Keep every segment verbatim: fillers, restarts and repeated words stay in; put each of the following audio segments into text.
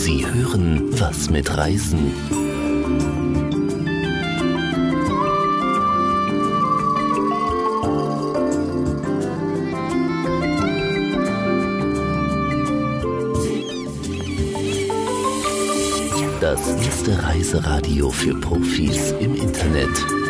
Sie hören was mit Reisen. Das erste Reiseradio für Profis im Internet.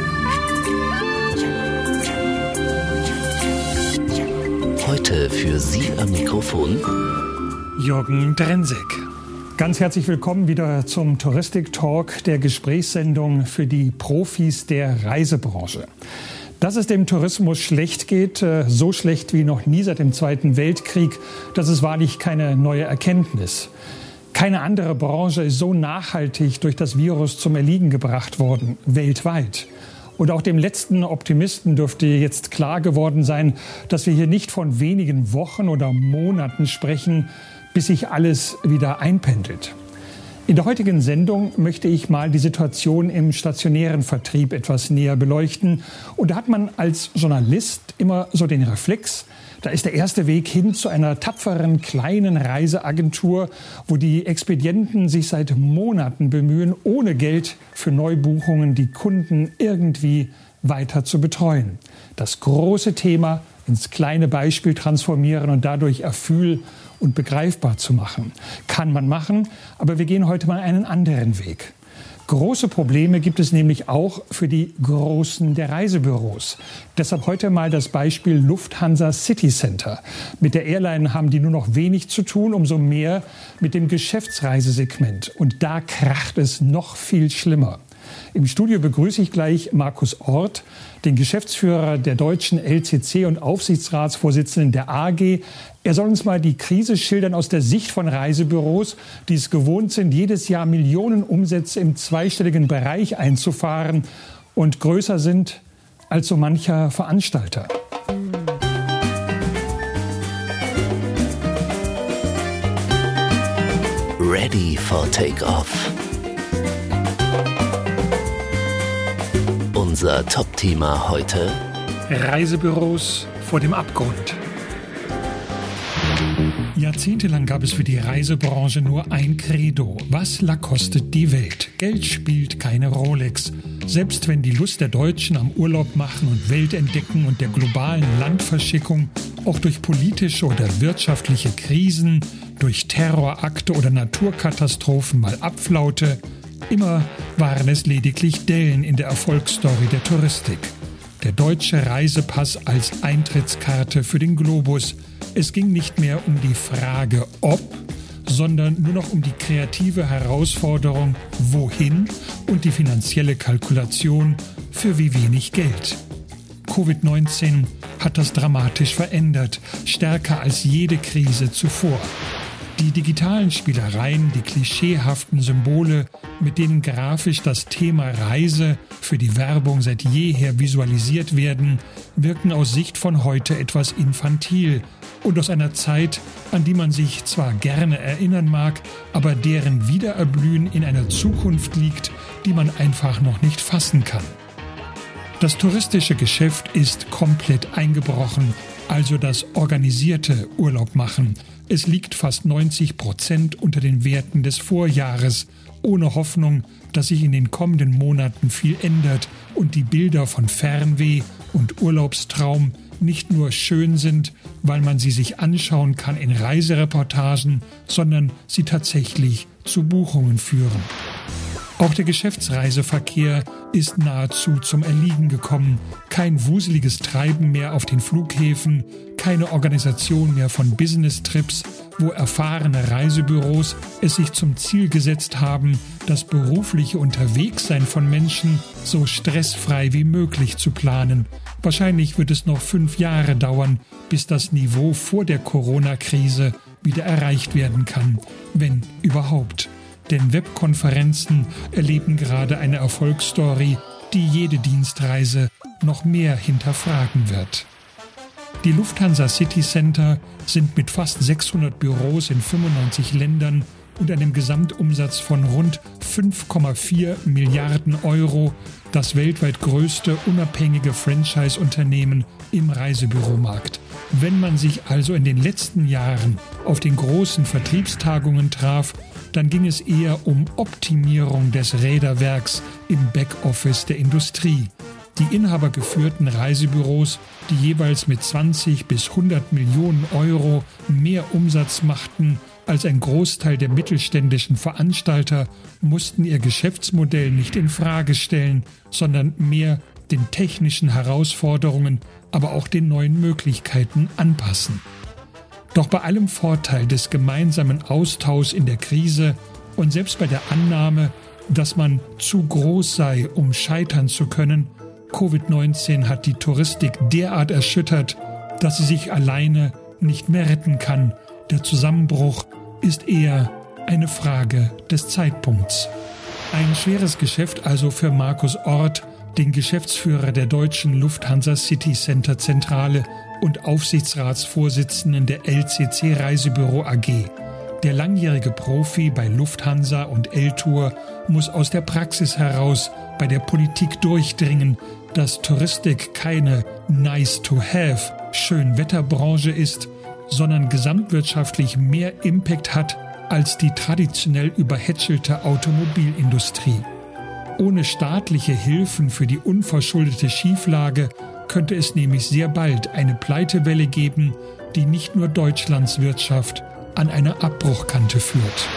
Heute für Sie am Mikrofon Jürgen Drensek. Ganz herzlich willkommen wieder zum Touristik-Talk, der Gesprächssendung für die Profis der Reisebranche. Dass es dem Tourismus schlecht geht, so schlecht wie noch nie seit dem Zweiten Weltkrieg, das ist wahrlich keine neue Erkenntnis. Keine andere Branche ist so nachhaltig durch das Virus zum Erliegen gebracht worden, weltweit. Und auch dem letzten Optimisten dürfte jetzt klar geworden sein, dass wir hier nicht von wenigen Wochen oder Monaten sprechen, bis sich alles wieder einpendelt. In der heutigen Sendung möchte ich mal die Situation im stationären Vertrieb etwas näher beleuchten. Und da hat man als Journalist immer so den Reflex, da ist der erste Weg hin zu einer tapferen kleinen Reiseagentur, wo die Expedienten sich seit Monaten bemühen, ohne Geld für Neubuchungen die Kunden irgendwie weiter zu betreuen. Das große Thema ins kleine Beispiel transformieren und dadurch erfühl- und begreifbar zu machen. Kann man machen, aber wir gehen heute mal einen anderen Weg. Große Probleme gibt es nämlich auch für die Großen der Reisebüros. Deshalb heute mal das Beispiel Lufthansa City Center. Mit der Airline haben die nur noch wenig zu tun, umso mehr mit dem Geschäftsreisesegment. Und da kracht es noch viel schlimmer. Im Studio begrüße ich gleich Markus Orth, den Geschäftsführer der deutschen L C C und Aufsichtsratsvorsitzenden der A G. Er soll uns mal die Krise schildern aus der Sicht von Reisebüros, die es gewohnt sind, jedes Jahr Millionen Umsätze im zweistelligen Bereich einzufahren und größer sind als so mancher Veranstalter. Ready for Takeoff. Unser Top-Thema heute: Reisebüros vor dem Abgrund. Jahrzehntelang gab es für die Reisebranche nur ein Credo. Was la kostet die Welt? Geld spielt keine Rolex. Selbst wenn die Lust der Deutschen am Urlaub machen und Welt entdecken und der globalen Landverschickung auch durch politische oder wirtschaftliche Krisen, durch Terrorakte oder Naturkatastrophen mal abflaute, immer waren es lediglich Dellen in der Erfolgsstory der Touristik. Der deutsche Reisepass als Eintrittskarte für den Globus. Es ging nicht mehr um die Frage ob, sondern nur noch um die kreative Herausforderung wohin und die finanzielle Kalkulation für wie wenig Geld. Covid neunzehn hat das dramatisch verändert, stärker als jede Krise zuvor. Die digitalen Spielereien, die klischeehaften Symbole, mit denen grafisch das Thema Reise für die Werbung seit jeher visualisiert werden, wirken aus Sicht von heute etwas infantil und aus einer Zeit, an die man sich zwar gerne erinnern mag, aber deren Wiedererblühen in einer Zukunft liegt, die man einfach noch nicht fassen kann. Das touristische Geschäft ist komplett eingebrochen, also das organisierte Urlaubmachen. Es liegt fast neunzig Prozent unter den Werten des Vorjahres, ohne Hoffnung, dass sich in den kommenden Monaten viel ändert und die Bilder von Fernweh und Urlaubstraum nicht nur schön sind, weil man sie sich anschauen kann in Reisereportagen, sondern sie tatsächlich zu Buchungen führen. Auch der Geschäftsreiseverkehr ist nahezu zum Erliegen gekommen. Kein wuseliges Treiben mehr auf den Flughäfen, keine Organisation mehr von Business-Trips, wo erfahrene Reisebüros es sich zum Ziel gesetzt haben, das berufliche Unterwegssein von Menschen so stressfrei wie möglich zu planen. Wahrscheinlich wird es noch fünf Jahre dauern, bis das Niveau vor der Corona-Krise wieder erreicht werden kann, wenn überhaupt. Denn Webkonferenzen erleben gerade eine Erfolgsstory, die jede Dienstreise noch mehr hinterfragen wird. Die Lufthansa City Center sind mit fast sechshundert Büros in fünfundneunzig Ländern und einem Gesamtumsatz von rund fünf Komma vier Milliarden Euro das weltweit größte unabhängige Franchise-Unternehmen im Reisebüromarkt. Wenn man sich also in den letzten Jahren auf den großen Vertriebstagungen traf, dann ging es eher um Optimierung des Räderwerks im Backoffice der Industrie. Die inhabergeführten Reisebüros, die jeweils mit zwanzig bis hundert Millionen Euro mehr Umsatz machten als ein Großteil der mittelständischen Veranstalter, mussten ihr Geschäftsmodell nicht in Frage stellen, sondern mehr den technischen Herausforderungen, aber auch den neuen Möglichkeiten anpassen. Doch bei allem Vorteil des gemeinsamen Austauschs in der Krise und selbst bei der Annahme, dass man zu groß sei, um scheitern zu können, Covid neunzehn hat die Touristik derart erschüttert, dass sie sich alleine nicht mehr retten kann. Der Zusammenbruch ist eher eine Frage des Zeitpunkts. Ein schweres Geschäft also für Markus Orth, den Geschäftsführer der deutschen Lufthansa City Center Zentrale und Aufsichtsratsvorsitzenden der L C C Reisebüro A G. Der langjährige Profi bei Lufthansa und L-Tour muss aus der Praxis heraus bei der Politik durchdringen, dass Touristik keine nice-to-have Schönwetterbranche ist, sondern gesamtwirtschaftlich mehr Impact hat als die traditionell überhätschelte Automobilindustrie. Ohne staatliche Hilfen für die unverschuldete Schieflage könnte es nämlich sehr bald eine Pleitewelle geben, die nicht nur Deutschlands Wirtschaft an eine Abbruchkante führt.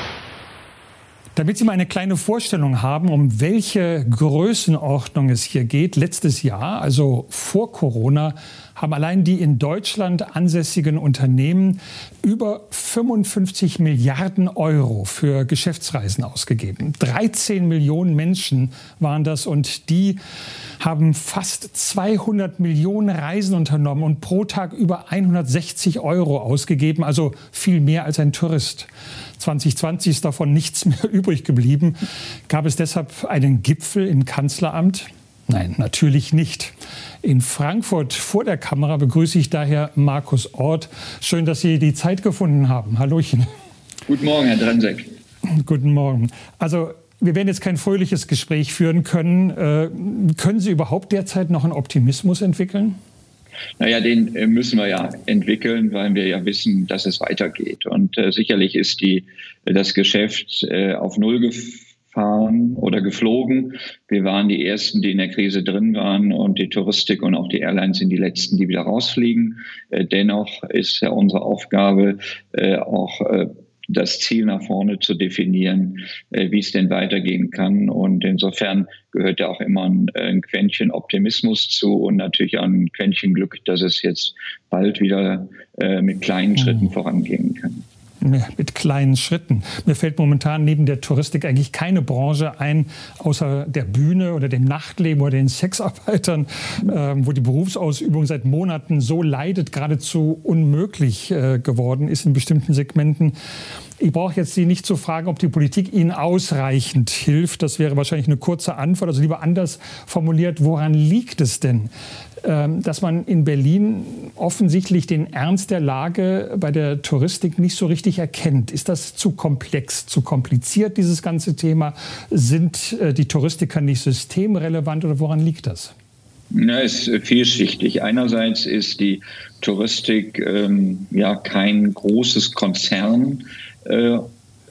Damit Sie mal eine kleine Vorstellung haben, um welche Größenordnung es hier geht, letztes Jahr, also vor Corona, haben allein die in Deutschland ansässigen Unternehmen über fünfundfünfzig Milliarden Euro für Geschäftsreisen ausgegeben. dreizehn Millionen Menschen waren das und die haben fast zweihundert Millionen Reisen unternommen und pro Tag über hundertsechzig Euro ausgegeben, also viel mehr als ein Tourist. zwanzig zwanzig ist davon nichts mehr übrig geblieben. Gab es deshalb einen Gipfel im Kanzleramt? Nein, natürlich nicht. In Frankfurt vor der Kamera begrüße ich daher Markus Orth. Schön, dass Sie die Zeit gefunden haben. Hallöchen. Guten Morgen, Herr Drenseck. Guten Morgen. Also wir werden jetzt kein fröhliches Gespräch führen können. Äh, können Sie überhaupt derzeit noch einen Optimismus entwickeln? Naja, den äh, müssen wir ja entwickeln, weil wir ja wissen, dass es weitergeht. Und äh, sicherlich ist die, das Geschäft äh, auf Null gefahren oder geflogen. Wir waren die Ersten, die in der Krise drin waren, und die Touristik und auch die Airlines sind die Letzten, die wieder rausfliegen. Äh, dennoch ist ja unsere Aufgabe äh, auch äh, das Ziel nach vorne zu definieren, äh, wie es denn weitergehen kann. Und insofern gehört ja auch immer ein, ein Quäntchen Optimismus zu und natürlich auch ein Quäntchen Glück, dass es jetzt bald wieder äh, mit kleinen Schritten mhm. vorangehen kann. Mit kleinen Schritten. Mir fällt momentan neben der Touristik eigentlich keine Branche ein, außer der Bühne oder dem Nachtleben oder den Sexarbeitern, äh, wo die Berufsausübung seit Monaten so leidet, geradezu unmöglich äh, geworden ist in bestimmten Segmenten. Ich brauche jetzt Sie nicht zu fragen, ob die Politik Ihnen ausreichend hilft. Das wäre wahrscheinlich eine kurze Antwort. Also lieber anders formuliert, woran liegt es denn, dass man in Berlin offensichtlich den Ernst der Lage bei der Touristik nicht so richtig erkennt? Ist das zu komplex, zu kompliziert, dieses ganze Thema? Sind die Touristiker nicht systemrelevant oder woran liegt das? Na, es ist vielschichtig. Einerseits ist die Touristik ähm, ja kein großes Konzern. Äh,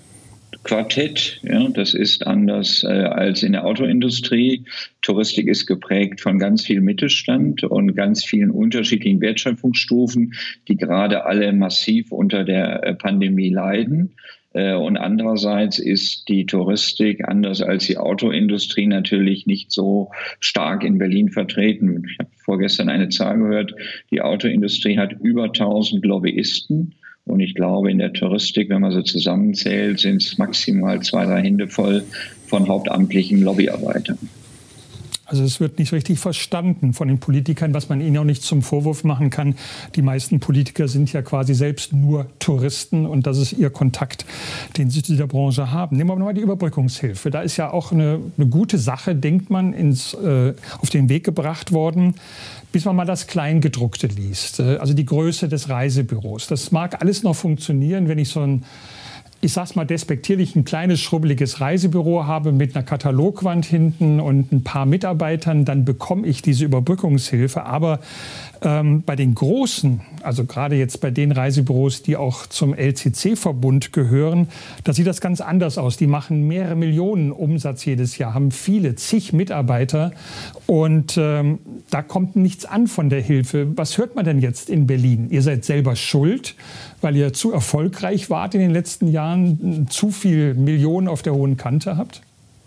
Quartett, ja, das ist anders äh, als in der Autoindustrie. Touristik ist geprägt von ganz viel Mittelstand und ganz vielen unterschiedlichen Wertschöpfungsstufen, die gerade alle massiv unter der äh, Pandemie leiden. Äh, und andererseits ist die Touristik, anders als die Autoindustrie, natürlich nicht so stark in Berlin vertreten. Ich habe vorgestern eine Zahl gehört, die Autoindustrie hat über tausend Lobbyisten. Und ich glaube, in der Touristik, wenn man so zusammenzählt, sind es maximal zwei, drei Hände voll von hauptamtlichen Lobbyarbeitern. Also es wird nicht richtig verstanden von den Politikern, was man ihnen auch nicht zum Vorwurf machen kann. Die meisten Politiker sind ja quasi selbst nur Touristen und das ist ihr Kontakt, den sie zu dieser Branche haben. Nehmen wir mal die Überbrückungshilfe. Da ist ja auch eine, eine gute Sache, denkt man, ins, äh, auf den Weg gebracht worden, bis man mal das Kleingedruckte liest. Also die Größe des Reisebüros. Das mag alles noch funktionieren, wenn ich so ein ich sag's mal despektierlich, ein kleines, schrubbeliges Reisebüro habe mit einer Katalogwand hinten und ein paar Mitarbeitern, dann bekomme ich diese Überbrückungshilfe. Aber ähm, bei den großen, also gerade jetzt bei den Reisebüros, die auch zum L C C-Verbund gehören, da sieht das ganz anders aus. Die machen mehrere Millionen Umsatz jedes Jahr, haben viele, zig Mitarbeiter und ähm, da kommt nichts an von der Hilfe. Was hört man denn jetzt in Berlin? Ihr seid selber schuld, weil ihr zu erfolgreich wart in den letzten Jahren, zu viel Millionen auf der hohen Kante habt?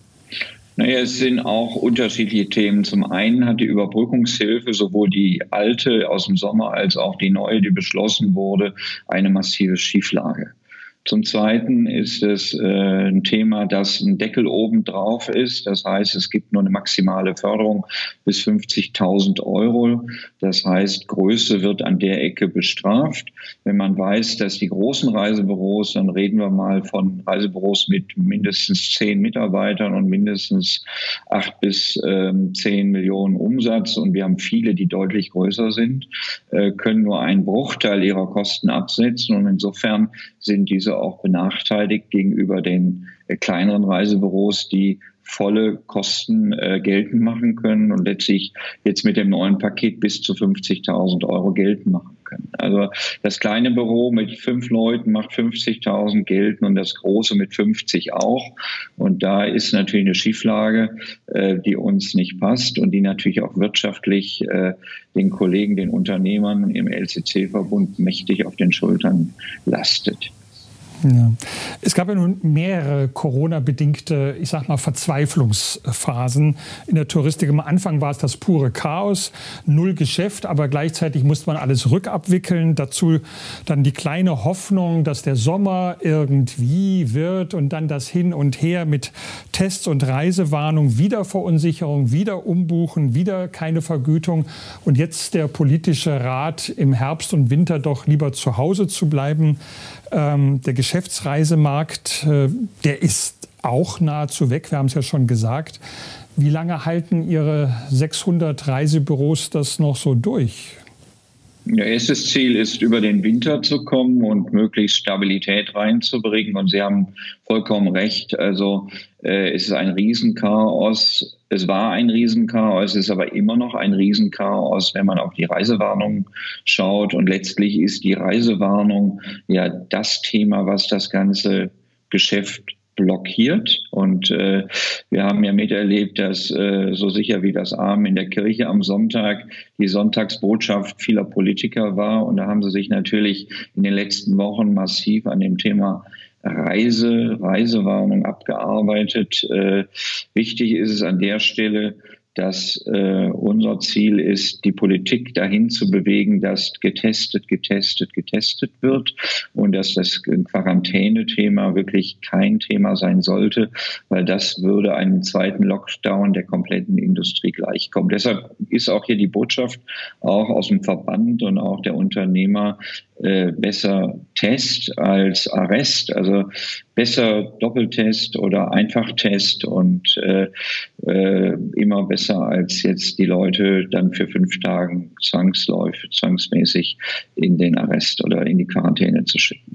Naja, es sind auch unterschiedliche Themen. Zum einen hat die Überbrückungshilfe, sowohl die alte aus dem Sommer als auch die neue, die beschlossen wurde, eine massive Schieflage. Zum Zweiten ist es äh, ein Thema, dass ein Deckel oben drauf ist. Das heißt, es gibt nur eine maximale Förderung bis fünfzigtausend Euro. Das heißt, Größe wird an der Ecke bestraft. Wenn man weiß, dass die großen Reisebüros, dann reden wir mal von Reisebüros mit mindestens zehn Mitarbeitern und mindestens acht bis ähm, zehn Millionen Umsatz. Und wir haben viele, die deutlich größer sind, äh, können nur einen Bruchteil ihrer Kosten absetzen. Und insofern sind diese auch benachteiligt gegenüber den äh, kleineren Reisebüros, die volle Kosten äh, geltend machen können und letztlich jetzt mit dem neuen Paket bis zu fünfzigtausend Euro geltend machen können. Also das kleine Büro mit fünf Leuten macht fünfzigtausend geltend und das große mit fünfzig auch. Und da ist natürlich eine Schieflage, äh, die uns nicht passt und die natürlich auch wirtschaftlich äh, den Kollegen, den Unternehmern im L C C-Verbund mächtig auf den Schultern lastet. Ja. Es gab ja nun mehrere Corona-bedingte, ich sag mal, Verzweiflungsphasen in der Touristik. Am Anfang war es das pure Chaos, null Geschäft, aber gleichzeitig musste man alles rückabwickeln. Dazu dann die kleine Hoffnung, dass der Sommer irgendwie wird und dann das Hin und Her mit Tests und Reisewarnung, wieder Verunsicherung, wieder Umbuchen, wieder keine Vergütung. Und jetzt der politische Rat, im Herbst und Winter doch lieber zu Hause zu bleiben. Ähm, der Geschäftsreisemarkt, äh, der ist auch nahezu weg, wir haben es ja schon gesagt. Wie lange halten Ihre sechshundert Reisebüros das noch so durch? Ja, erstes Ziel ist, über den Winter zu kommen und möglichst Stabilität reinzubringen. Und Sie haben vollkommen recht. Also äh, es ist ein Riesenchaos. Es war ein Riesenchaos, es ist aber immer noch ein Riesenchaos, wenn man auf die Reisewarnung schaut. Und letztlich ist die Reisewarnung ja das Thema, was das ganze Geschäft blockiert. Und äh, wir haben ja miterlebt, dass äh, so sicher wie das Amen in der Kirche am Sonntag die Sonntagsbotschaft vieler Politiker war. Und da haben sie sich natürlich in den letzten Wochen massiv an dem Thema Reise, Reisewarnung abgearbeitet. Äh, wichtig ist es an der Stelle, dass äh, unser Ziel ist, die Politik dahin zu bewegen, dass getestet, getestet, getestet wird und dass das Quarantäne-Thema wirklich kein Thema sein sollte, weil das würde einem zweiten Lockdown der kompletten Industrie gleichkommen. Deshalb ist auch hier die Botschaft auch aus dem Verband und auch der Unternehmer, äh, besser Test als Arrest, also besser Doppeltest oder Einfachtest und äh, äh, immer besser als jetzt die Leute dann für fünf Tagen zwangsläufig, zwangsmäßig in den Arrest oder in die Quarantäne zu schicken.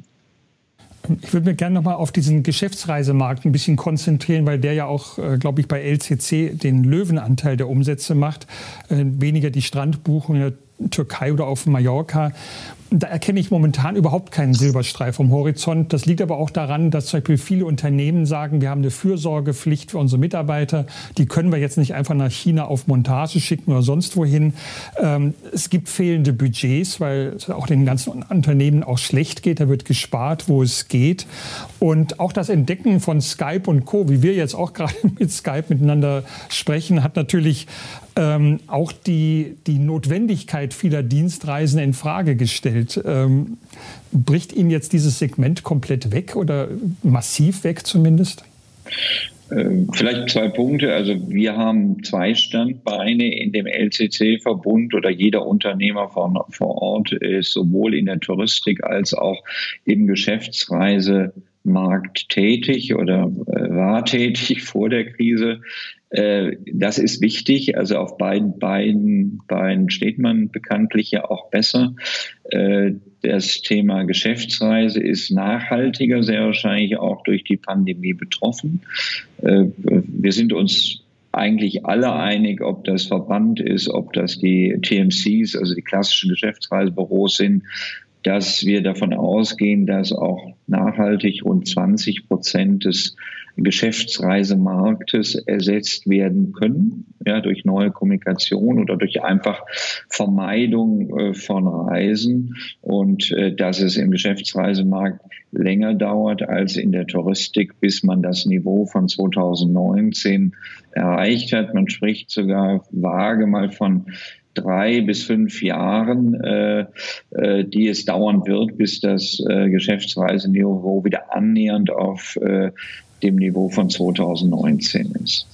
Ich würde mir gerne noch mal auf diesen Geschäftsreisemarkt ein bisschen konzentrieren, weil der ja auch, äh, glaube ich, bei L C C den Löwenanteil der Umsätze macht. Äh, weniger die Strandbuchung in der Türkei oder auf Mallorca. Da erkenne ich momentan überhaupt keinen Silberstreif am Horizont. Das liegt aber auch daran, dass zum Beispiel viele Unternehmen sagen, wir haben eine Fürsorgepflicht für unsere Mitarbeiter. Die können wir jetzt nicht einfach nach China auf Montage schicken oder sonst wohin. Ähm, es gibt fehlende Budgets, weil es auch den ganzen Unternehmen auch schlecht geht. Da wird gespart, wo es geht. Und auch das Entdecken von Skype und Co., wie wir jetzt auch gerade mit Skype miteinander sprechen, hat natürlich ähm, auch die, die Notwendigkeit vieler Dienstreisen in Frage gestellt. Ähm, bricht Ihnen jetzt dieses Segment komplett weg oder massiv weg zumindest? Vielleicht zwei Punkte. Also wir haben zwei Standbeine in dem L C C-Verbund oder jeder Unternehmer vor, vor Ort ist sowohl in der Touristik als auch im Geschäftsreisemarkt tätig oder war tätig vor der Krise. Das ist wichtig. Also auf beiden Beinen, Beinen steht man bekanntlich ja auch besser. Das Thema Geschäftsreise ist nachhaltiger, sehr wahrscheinlich auch durch die Pandemie betroffen. Wir sind uns eigentlich alle einig, ob das Verband ist, ob das die T M Cs, also die klassischen Geschäftsreisebüros sind, dass wir davon ausgehen, dass auch nachhaltig rund zwanzig Prozent des Geschäftsreisemarktes ersetzt werden können, ja, durch neue Kommunikation oder durch einfach Vermeidung äh, von Reisen und äh, dass es im Geschäftsreisemarkt länger dauert als in der Touristik, bis man das Niveau von zweitausendneunzehn erreicht hat. Man spricht sogar vage mal von drei bis fünf Jahren, äh, äh, die es dauern wird, bis das äh, Geschäftsreiseniveau wieder annähernd auf äh, dem Niveau von zweitausendneunzehn ist.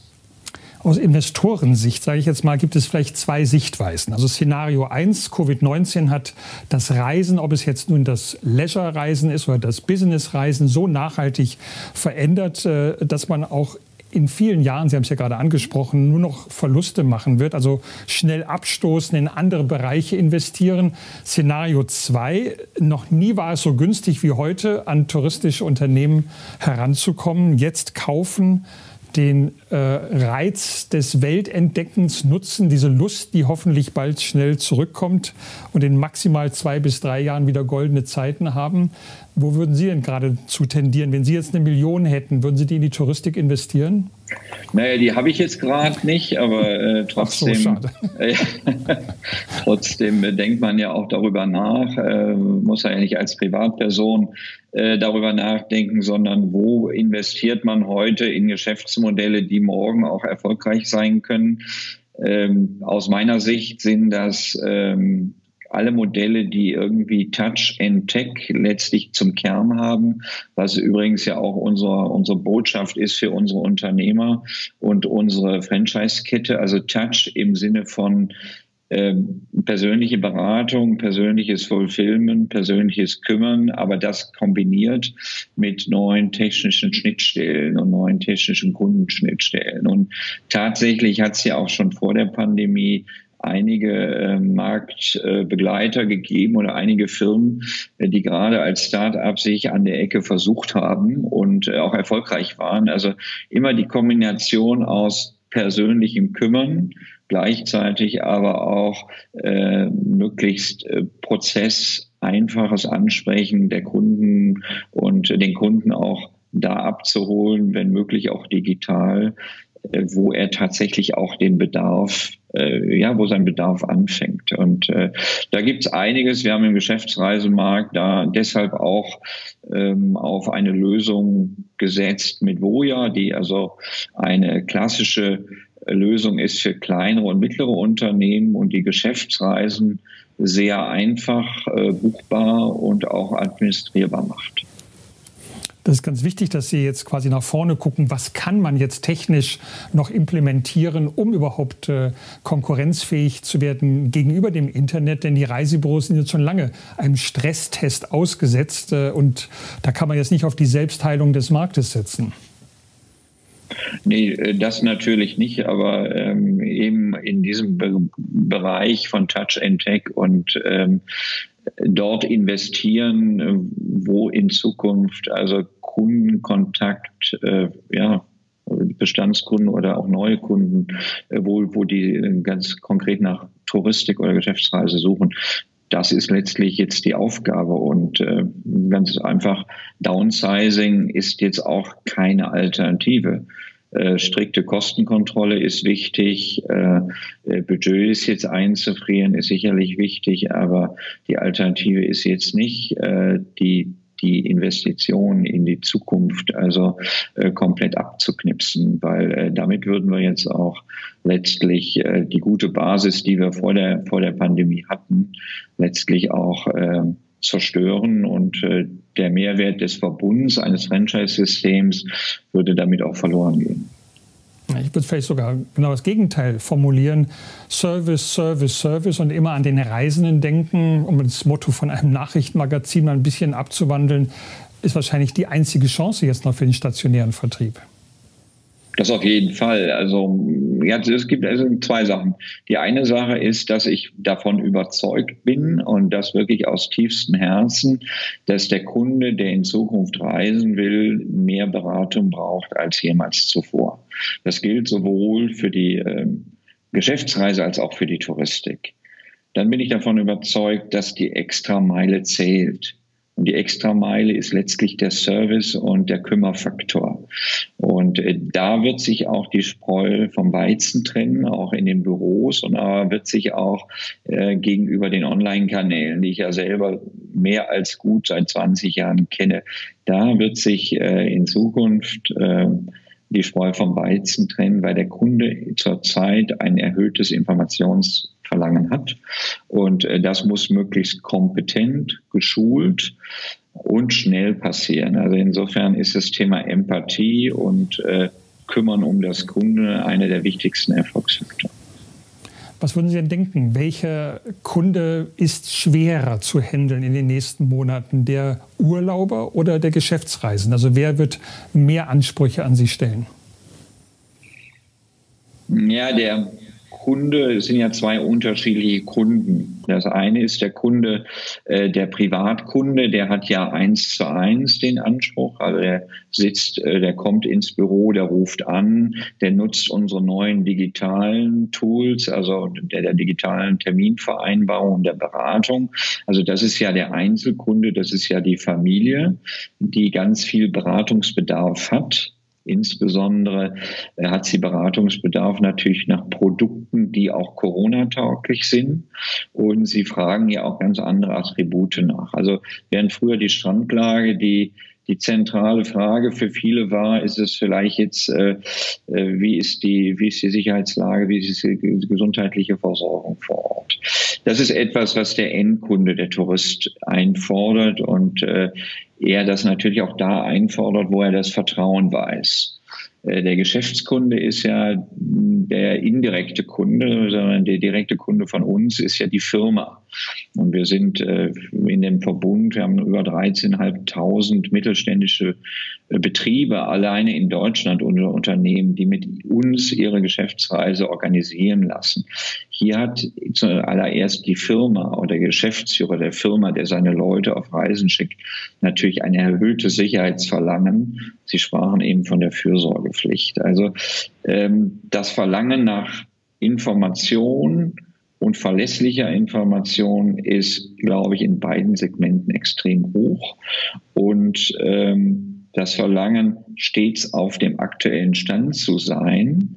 Aus Investorensicht, sage ich jetzt mal, gibt es vielleicht zwei Sichtweisen. Also Szenario eins, Covid neunzehn hat das Reisen, ob es jetzt nun das Leisure-Reisen ist oder das Business-Reisen, so nachhaltig verändert, dass man auch in vielen Jahren, Sie haben es ja gerade angesprochen, nur noch Verluste machen wird, also schnell abstoßen, in andere Bereiche investieren. Szenario zwei, noch nie war es so günstig wie heute, an touristische Unternehmen heranzukommen. Jetzt kaufen, den äh, Reiz des Weltentdeckens nutzen, diese Lust, die hoffentlich bald schnell zurückkommt und in maximal zwei bis drei Jahren wieder goldene Zeiten haben. Wo würden Sie denn gerade zu tendieren? Wenn Sie jetzt eine Million hätten, würden Sie die in die Touristik investieren? Naja, die habe ich jetzt gerade nicht, aber äh, trotzdem, so, äh, trotzdem äh, denkt man ja auch darüber nach, äh, muss ja nicht als Privatperson äh, darüber nachdenken, sondern wo investiert man heute in Geschäftsmodelle, die morgen auch erfolgreich sein können. Ähm, aus meiner Sicht sind das ähm, alle Modelle, die irgendwie Touch and Tech letztlich zum Kern haben, was übrigens ja auch unsere, unsere Botschaft ist für unsere Unternehmer und unsere Franchise-Kette, also Touch im Sinne von äh, persönliche Beratung, persönliches Fulfillment, persönliches Kümmern, aber das kombiniert mit neuen technischen Schnittstellen und neuen technischen Kundenschnittstellen. Und tatsächlich hat es ja auch schon vor der Pandemie einige äh, Marktbegleiter äh, gegeben oder einige Firmen, äh, die gerade als Start-up sich an der Ecke versucht haben und äh, auch erfolgreich waren. Also immer die Kombination aus persönlichem Kümmern, gleichzeitig aber auch äh, möglichst äh, Prozess, einfaches Ansprechen der Kunden und äh, den Kunden auch da abzuholen, wenn möglich auch digital, äh, wo er tatsächlich auch den Bedarf ja, wo sein Bedarf anfängt. Und äh, da gibt's einiges. Wir haben im Geschäftsreisemarkt da deshalb auch ähm, auf eine Lösung gesetzt mit Voya, die also eine klassische Lösung ist für kleinere und mittlere Unternehmen und die Geschäftsreisen sehr einfach äh, buchbar und auch administrierbar macht. Das ist ganz wichtig, dass Sie jetzt quasi nach vorne gucken, was kann man jetzt technisch noch implementieren, um überhaupt äh, konkurrenzfähig zu werden gegenüber dem Internet. Denn die Reisebüros sind jetzt schon lange einem Stresstest ausgesetzt äh, und da kann man jetzt nicht auf die Selbstheilung des Marktes setzen. Nee, das natürlich nicht, aber ähm, eben in diesem Be- Bereich von Touch and Tech und ähm, dort investieren, wo in Zukunft also Kundenkontakt, äh, ja, Bestandskunden oder auch neue Kunden, äh, wo, wo die ganz konkret nach Touristik oder Geschäftsreise suchen. Das ist letztlich jetzt die Aufgabe und äh, ganz einfach, Downsizing ist jetzt auch keine Alternative. Äh, strikte Kostenkontrolle ist wichtig, äh, Budgets jetzt einzufrieren ist sicherlich wichtig, aber die Alternative ist jetzt nicht äh, die die Investitionen in die Zukunft also äh, komplett abzuknipsen, weil äh, damit würden wir jetzt auch letztlich äh, die gute Basis, die wir vor der vor der Pandemie hatten, letztlich auch äh, zerstören und äh, der Mehrwert des Verbunds eines Franchise-Systems würde damit auch verloren gehen. Ich würde vielleicht sogar genau das Gegenteil formulieren. Service, Service, Service und immer an den Reisenden denken, um das Motto von einem Nachrichtenmagazin mal ein bisschen abzuwandeln, ist wahrscheinlich die einzige Chance jetzt noch für den stationären Vertrieb. Das auf jeden Fall. Also ja, es gibt also zwei Sachen. Die eine Sache ist, dass ich davon überzeugt bin und das wirklich aus tiefstem Herzen, dass der Kunde, der in Zukunft reisen will, mehr Beratung braucht als jemals zuvor. Das gilt sowohl für die äh, Geschäftsreise als auch für die Touristik. Dann bin ich davon überzeugt, dass die Extrameile zählt. Und die Extrameile ist letztlich der Service und der Kümmerfaktor. Und äh, da wird sich auch die Spreu vom Weizen trennen, auch in den Büros, und aber wird sich auch äh, gegenüber den Online-Kanälen, die ich ja selber mehr als gut seit zwanzig Jahren kenne, da wird sich äh, in Zukunft äh, die Spreu vom Weizen trennen, weil der Kunde zurzeit ein erhöhtes Informationsverlangen hat. Und äh, das muss möglichst kompetent, geschult und schnell passieren. Also insofern ist das Thema Empathie und äh, Kümmern um das Kunde einer der wichtigsten Erfolgsfaktoren. Was würden Sie denn denken? Welcher Kunde ist schwerer zu handeln in den nächsten Monaten? Der Urlauber oder der Geschäftsreisende? Also wer wird mehr Ansprüche an Sie stellen? Ja, der Kunde, es sind ja zwei unterschiedliche Kunden. Das eine ist der Kunde, äh, der Privatkunde, der hat ja eins zu eins den Anspruch. Also der sitzt, äh, der kommt ins Büro, der ruft an, der nutzt unsere neuen digitalen Tools, also der, der digitalen Terminvereinbarung, der Beratung. Also das ist ja der Einzelkunde, das ist ja die Familie, die ganz viel Beratungsbedarf hat. Insbesondere hat sie Beratungsbedarf natürlich nach Produkten, die auch Corona-tauglich sind. Und sie fragen ja auch ganz andere Attribute nach. Also während früher die Strandlage die die zentrale Frage für viele war, ist es vielleicht jetzt, äh, wie ist die, wie ist die Sicherheitslage, wie ist die gesundheitliche Versorgung vor Ort? Das ist etwas, was der Endkunde, der Tourist einfordert und äh, er das natürlich auch da einfordert, wo er das Vertrauen weiß. Der Geschäftskunde ist ja der indirekte Kunde, sondern der direkte Kunde von uns ist ja die Firma. Und wir sind in dem Verbund, wir haben über dreizehntausendfünfhundert mittelständische Betriebe alleine in Deutschland oder Unternehmen, die mit uns ihre Geschäftsreise organisieren lassen. Hier hat zuallererst die Firma oder der Geschäftsführer der Firma, der seine Leute auf Reisen schickt, natürlich ein erhöhtes Sicherheitsverlangen. Sie sprachen eben von der Fürsorgepflicht. Also ähm, das Verlangen nach Information und verlässlicher Information ist, glaube ich, in beiden Segmenten extrem hoch. Und ähm, das Verlangen, stets auf dem aktuellen Stand zu sein,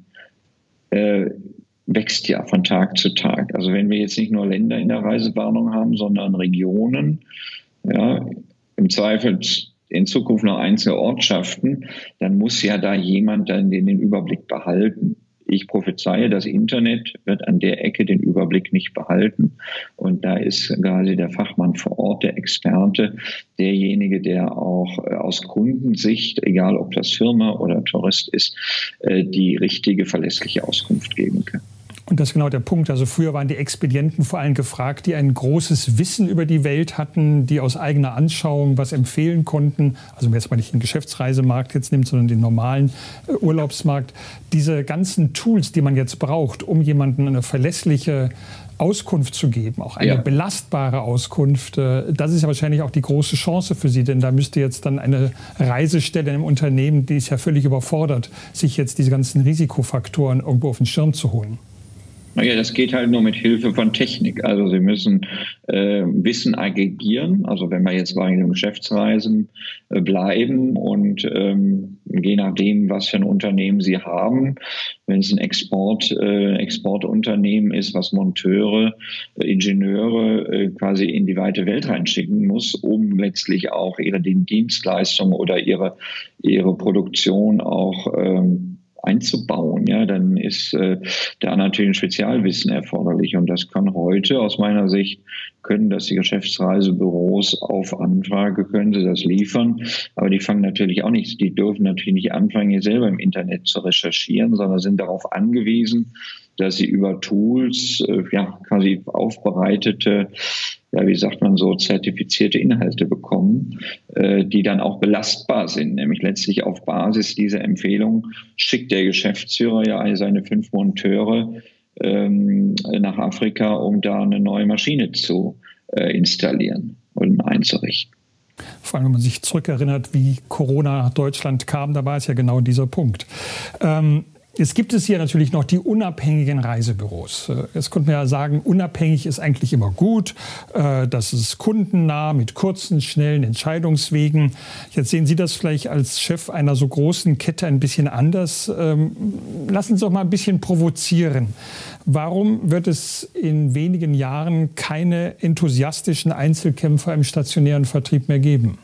äh, wächst ja von Tag zu Tag. Also wenn wir jetzt nicht nur Länder in der Reisewarnung haben, sondern Regionen, ja, im Zweifel in Zukunft noch einzelne Ortschaften, dann muss ja da jemand dann den, den Überblick behalten. Ich prophezeie, das Internet wird an der Ecke den Überblick nicht behalten. Und da ist quasi der Fachmann vor Ort, der Experte, derjenige, der auch aus Kundensicht, egal ob das Firma oder Tourist ist, die richtige, verlässliche Auskunft geben kann. Und das ist genau der Punkt. Also früher waren die Expedienten vor allem gefragt, die ein großes Wissen über die Welt hatten, die aus eigener Anschauung was empfehlen konnten. Also wenn man jetzt mal nicht den Geschäftsreisemarkt jetzt nimmt, sondern den normalen äh, Urlaubsmarkt. Diese ganzen Tools, die man jetzt braucht, um jemandem eine verlässliche Auskunft zu geben, auch eine ja. belastbare Auskunft, äh, das ist ja wahrscheinlich auch die große Chance für Sie, denn da müsste jetzt dann eine Reisestelle im Unternehmen, die ist ja völlig überfordert, sich jetzt diese ganzen Risikofaktoren irgendwo auf den Schirm zu holen. Naja, das geht halt nur mit Hilfe von Technik. Also Sie müssen äh, Wissen aggregieren. Also wenn wir jetzt bei den Geschäftsreisen äh, bleiben und ähm, je nachdem, was für ein Unternehmen Sie haben, wenn es ein Export, äh, Exportunternehmen ist, was Monteure, äh, Ingenieure äh, quasi in die weite Welt reinschicken muss, um letztlich auch ihre Dienstleistung oder ihre, ihre Produktion auch ähm, einzubauen, ja, dann ist äh, da natürlich ein Spezialwissen erforderlich und das kann heute aus meiner Sicht, können das die Geschäftsreisebüros auf Anfrage, können sie das liefern, aber die fangen natürlich auch nicht, die dürfen natürlich nicht anfangen, hier selber im Internet zu recherchieren, sondern sind darauf angewiesen, dass sie über Tools äh, ja quasi aufbereitete, ja, wie sagt man so, zertifizierte Inhalte bekommen, äh, die dann auch belastbar sind. Nämlich letztlich auf Basis dieser Empfehlung schickt der Geschäftsführer ja seine fünf Monteure ähm, nach Afrika, um da eine neue Maschine zu äh, installieren und einzurichten. Vor allem, wenn man sich zurückerinnert, wie Corona nach Deutschland kam, da war es ja genau dieser Punkt. Ähm, Jetzt gibt es hier natürlich noch die unabhängigen Reisebüros. Jetzt könnte man ja sagen, unabhängig ist eigentlich immer gut. Das ist kundennah mit kurzen, schnellen Entscheidungswegen. Jetzt sehen Sie das vielleicht als Chef einer so großen Kette ein bisschen anders. Lassen Sie doch mal ein bisschen provozieren. Warum wird es in wenigen Jahren keine enthusiastischen Einzelkämpfer im stationären Vertrieb mehr geben?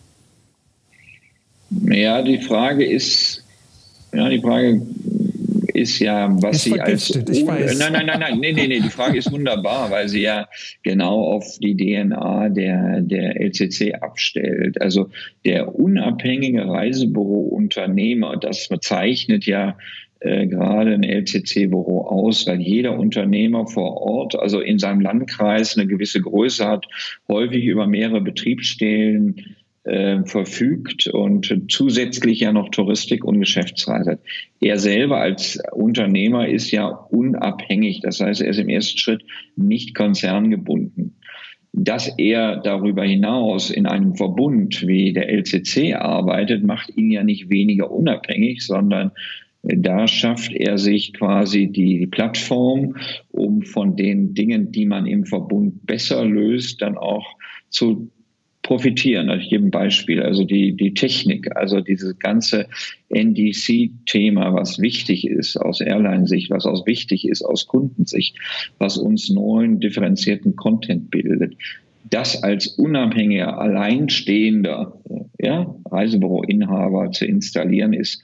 Ja, die Frage ist, ja, die Frage ist ja, was ist Sie als... Ich weiß. Nein, nein, nein, nein, nee, nee, nee, die Frage ist wunderbar, weil sie ja genau auf die D N A der, der L C C abstellt. Also der unabhängige Reisebüro-Unternehmer, das bezeichnet ja äh, gerade ein L C C-Büro aus, weil jeder Unternehmer vor Ort, also in seinem Landkreis, eine gewisse Größe hat, häufig über mehrere Betriebsstellen Äh, verfügt und zusätzlich ja noch Touristik und Geschäftsreise. Er selber als Unternehmer ist ja unabhängig, das heißt, er ist im ersten Schritt nicht konzerngebunden. Dass er darüber hinaus in einem Verbund wie der L C C arbeitet, macht ihn ja nicht weniger unabhängig, sondern da schafft er sich quasi die Plattform, um von den Dingen, die man im Verbund besser löst, dann auch zu profitieren. Ich gebe ein Beispiel, also die, die Technik, also dieses ganze N D C-Thema, was wichtig ist aus Airline-Sicht, was auch wichtig ist aus Kundensicht, was uns neuen differenzierten Content bildet. Das als unabhängiger, alleinstehender ja, Reisebüroinhaber zu installieren, ist,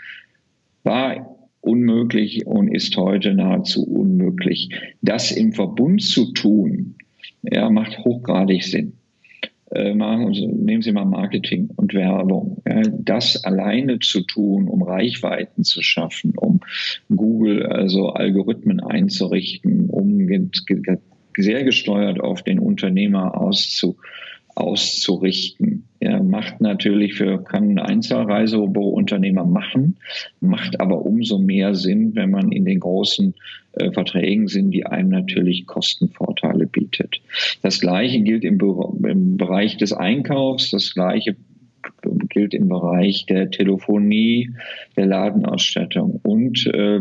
war unmöglich und ist heute nahezu unmöglich. Das im Verbund zu tun, ja, macht hochgradig Sinn. Äh, machen, nehmen Sie mal Marketing und Werbung. Ja, das alleine zu tun, um Reichweiten zu schaffen, um Google, also Algorithmen einzurichten, um ge- ge- sehr gesteuert auf den Unternehmer auszu, auszurichten. Ja, macht natürlich für, kann ein Einzelreisebürounternehmer machen, macht aber umso mehr Sinn, wenn man in den großen äh, Verträgen sind, die einem natürlich Kostenvorteile bietet. Das Gleiche gilt im, im Bereich des Einkaufs, das Gleiche gilt im Bereich der Telefonie, der Ladenausstattung und äh,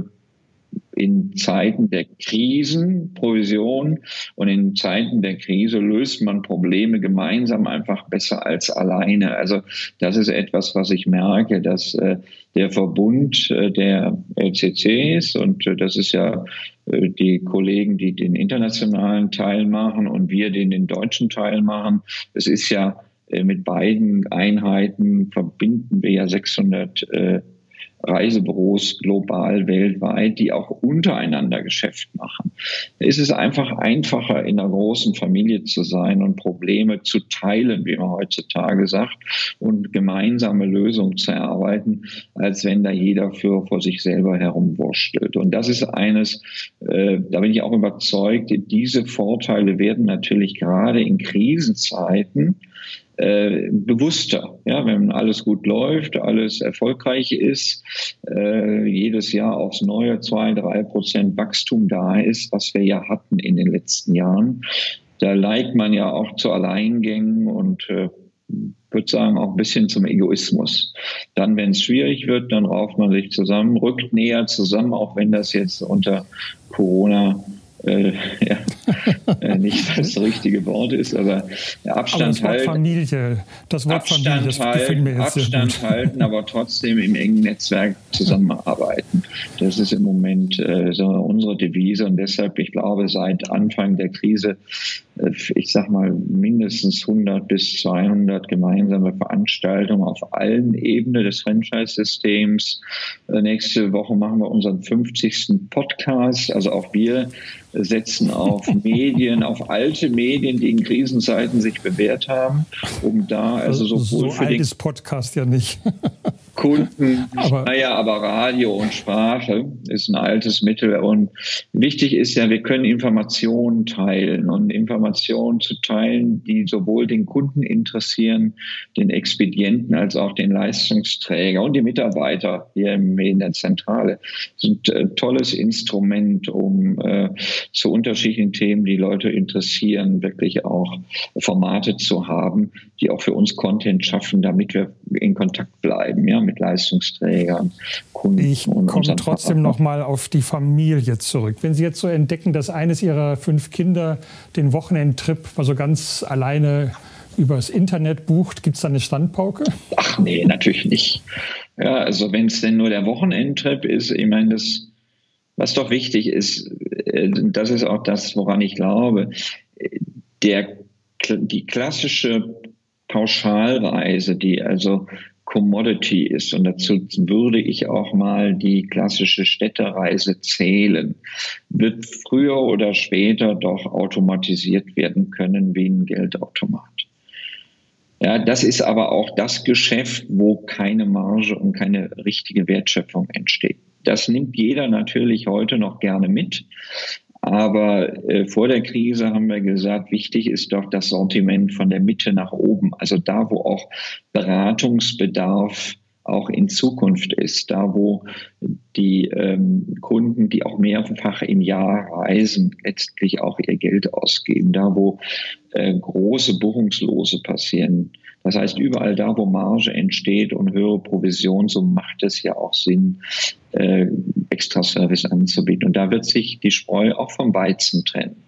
in Zeiten der Krisen, Provision und in Zeiten der Krise löst man Probleme gemeinsam einfach besser als alleine. Also das ist etwas, was ich merke, dass äh, der Verbund äh, der L C C ist und äh, das ist ja äh, die Kollegen, die den internationalen Teil machen und wir den, den deutschen Teil machen. Es ist ja äh, mit beiden Einheiten verbinden wir ja sechshundert äh, Reisebüros global, weltweit, die auch untereinander Geschäft machen. Es ist einfach einfacher, in einer großen Familie zu sein und Probleme zu teilen, wie man heutzutage sagt, und gemeinsame Lösungen zu erarbeiten, als wenn da jeder für vor sich selber herumwurschtelt. Und das ist eines, äh, da bin ich auch überzeugt, diese Vorteile werden natürlich gerade in Krisenzeiten Äh, bewusster, ja, wenn alles gut läuft, alles erfolgreich ist, äh, jedes Jahr aufs Neue zwei, drei Prozent Wachstum da ist, was wir ja hatten in den letzten Jahren. Da neigt man ja auch zu Alleingängen und äh, würde sagen auch ein bisschen zum Egoismus. Dann, wenn es schwierig wird, dann rauft man sich zusammen, rückt näher zusammen, auch wenn das jetzt unter Corona Äh, ja, äh, nicht das richtige Wort ist, aber Abstand aber das halten. Wort Familie, das Wort Abstand Familie, das gefällt mir jetzt Abstand sehr gut. halten, aber trotzdem im engen Netzwerk zusammenarbeiten. Das ist im Moment äh, so unsere Devise und deshalb, ich glaube, seit Anfang der Krise, äh, ich sag mal mindestens hundert bis zweihundert gemeinsame Veranstaltungen auf allen Ebenen des Franchise-Systems. Äh, nächste Woche machen wir unseren fünfzigsten Podcast, also auch wir setzen auf Medien, auf alte Medien, die in Krisenzeiten sich bewährt haben, um da also sowohl so für alt den ist Podcast ja nicht. Kunden. Aber, naja, aber Radio und Sprache ist ein altes Mittel. Und wichtig ist ja, wir können Informationen teilen und Informationen zu teilen, die sowohl den Kunden interessieren, den Expedienten als auch den Leistungsträger und die Mitarbeiter hier in der Zentrale. Das sind ein tolles Instrument, um äh, zu unterschiedlichen Themen, die Leute interessieren, wirklich auch Formate zu haben, die auch für uns Content schaffen, damit wir in Kontakt bleiben, ja, mit Leistungsträgern, Kunden. Ich komme trotzdem noch mal auf die Familie zurück. Wenn Sie jetzt so entdecken, dass eines Ihrer fünf Kinder den Wochenendtrip mal so ganz alleine übers Internet bucht, gibt es da eine Standpauke? Ach nee, natürlich nicht. Ja, also wenn es denn nur der Wochenendtrip ist, ich meine, das, was doch wichtig ist, das ist auch das, woran ich glaube, der, die klassische Pauschalreise, die also Commodity ist, und dazu würde ich auch mal die klassische Städtereise zählen, wird früher oder später doch automatisiert werden können wie ein Geldautomat. Ja, das ist aber auch das Geschäft, wo keine Marge und keine richtige Wertschöpfung entsteht. Das nimmt jeder natürlich heute noch gerne mit. Aber äh, vor der Krise haben wir gesagt, wichtig ist doch das Sortiment von der Mitte nach oben. Also da, wo auch Beratungsbedarf auch in Zukunft ist, da wo die ähm, Kunden, die auch mehrfach im Jahr reisen, letztlich auch ihr Geld ausgeben, da wo äh, große Buchungslose passieren. Das heißt, überall da, wo Marge entsteht und höhere Provision, so macht es ja auch Sinn, äh, Extra-Service anzubieten. Und da wird sich die Spreu auch vom Weizen trennen.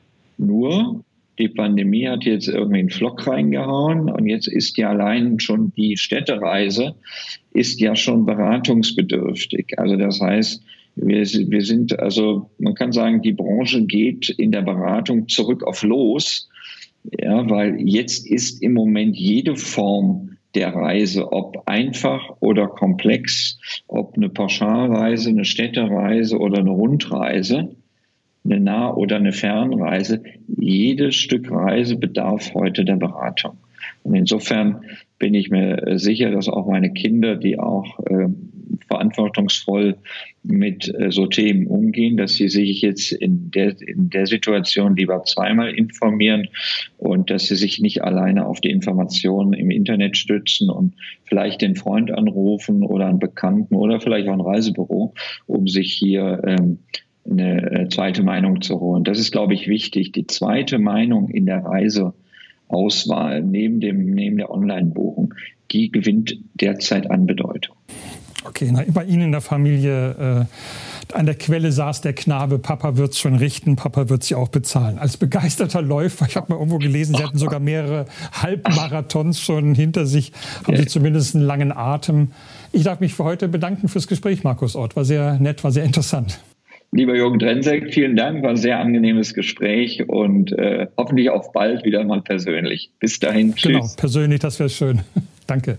Nur, die Pandemie hat jetzt irgendwie einen Flock reingehauen und jetzt ist ja allein schon die Städtereise ist ja schon beratungsbedürftig. Also das heißt, wir, wir sind, also man kann sagen, die Branche geht in der Beratung zurück auf Los. Ja, weil jetzt ist im Moment jede Form der Reise, ob einfach oder komplex, ob eine Pauschalreise, eine Städtereise oder eine Rundreise, eine Nah- oder eine Fernreise, jedes Stück Reise bedarf heute der Beratung. Und insofern bin ich mir sicher, dass auch meine Kinder, die auch äh, verantwortungsvoll mit äh, so Themen umgehen, dass sie sich jetzt in der, in der Situation lieber zweimal informieren und dass sie sich nicht alleine auf die Informationen im Internet stützen und vielleicht den Freund anrufen oder einen Bekannten oder vielleicht auch ein Reisebüro, um sich hier ähm, eine zweite Meinung zu holen. Das ist, glaube ich, wichtig. Die zweite Meinung in der Reiseauswahl neben dem, neben der Online-Buchung, die gewinnt derzeit an Bedeutung. Okay, na, bei Ihnen in der Familie äh, an der Quelle saß der Knabe, Papa wird's schon richten, Papa wird sie auch bezahlen. Als begeisterter Läufer, ich habe mal irgendwo gelesen, Sie hatten sogar mehrere Halbmarathons schon hinter sich, haben Sie zumindest einen langen Atem. Ich darf mich für heute bedanken fürs Gespräch, Markus Ott. War sehr nett, war sehr interessant. Lieber Jürgen Drenseck, vielen Dank, war ein sehr angenehmes Gespräch und äh, hoffentlich auf bald wieder mal persönlich. Bis dahin, tschüss. Genau, persönlich, das wäre schön. Danke.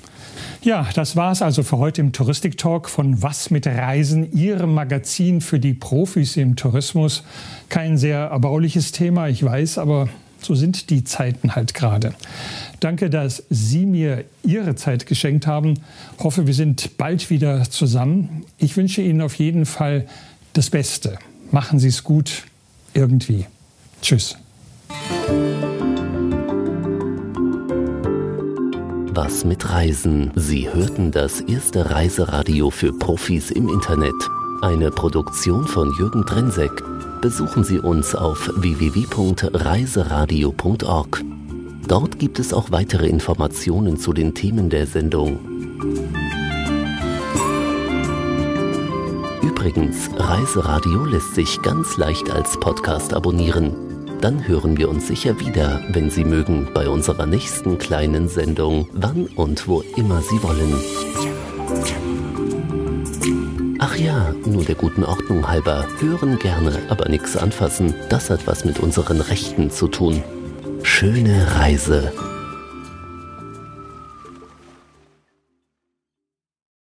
Ja, das war es also für heute im Touristik-Talk von Was mit Reisen, Ihrem Magazin für die Profis im Tourismus. Kein sehr erbauliches Thema, ich weiß, aber so sind die Zeiten halt gerade. Danke, dass Sie mir Ihre Zeit geschenkt haben. Hoffe, wir sind bald wieder zusammen. Ich wünsche Ihnen auf jeden Fall das Beste. Machen Sie es gut irgendwie. Tschüss. Was mit Reisen? Sie hörten das erste Reiseradio für Profis im Internet. Eine Produktion von Jürgen Drenseck. Besuchen Sie uns auf w w w punkt reiseradio punkt org. Dort gibt es auch weitere Informationen zu den Themen der Sendung. Übrigens, Reiseradio lässt sich ganz leicht als Podcast abonnieren. Dann hören wir uns sicher wieder, wenn Sie mögen, bei unserer nächsten kleinen Sendung, wann und wo immer Sie wollen. Ach ja, nur der guten Ordnung halber, hören gerne, aber nichts anfassen, das hat was mit unseren Rechten zu tun. Schöne Reise.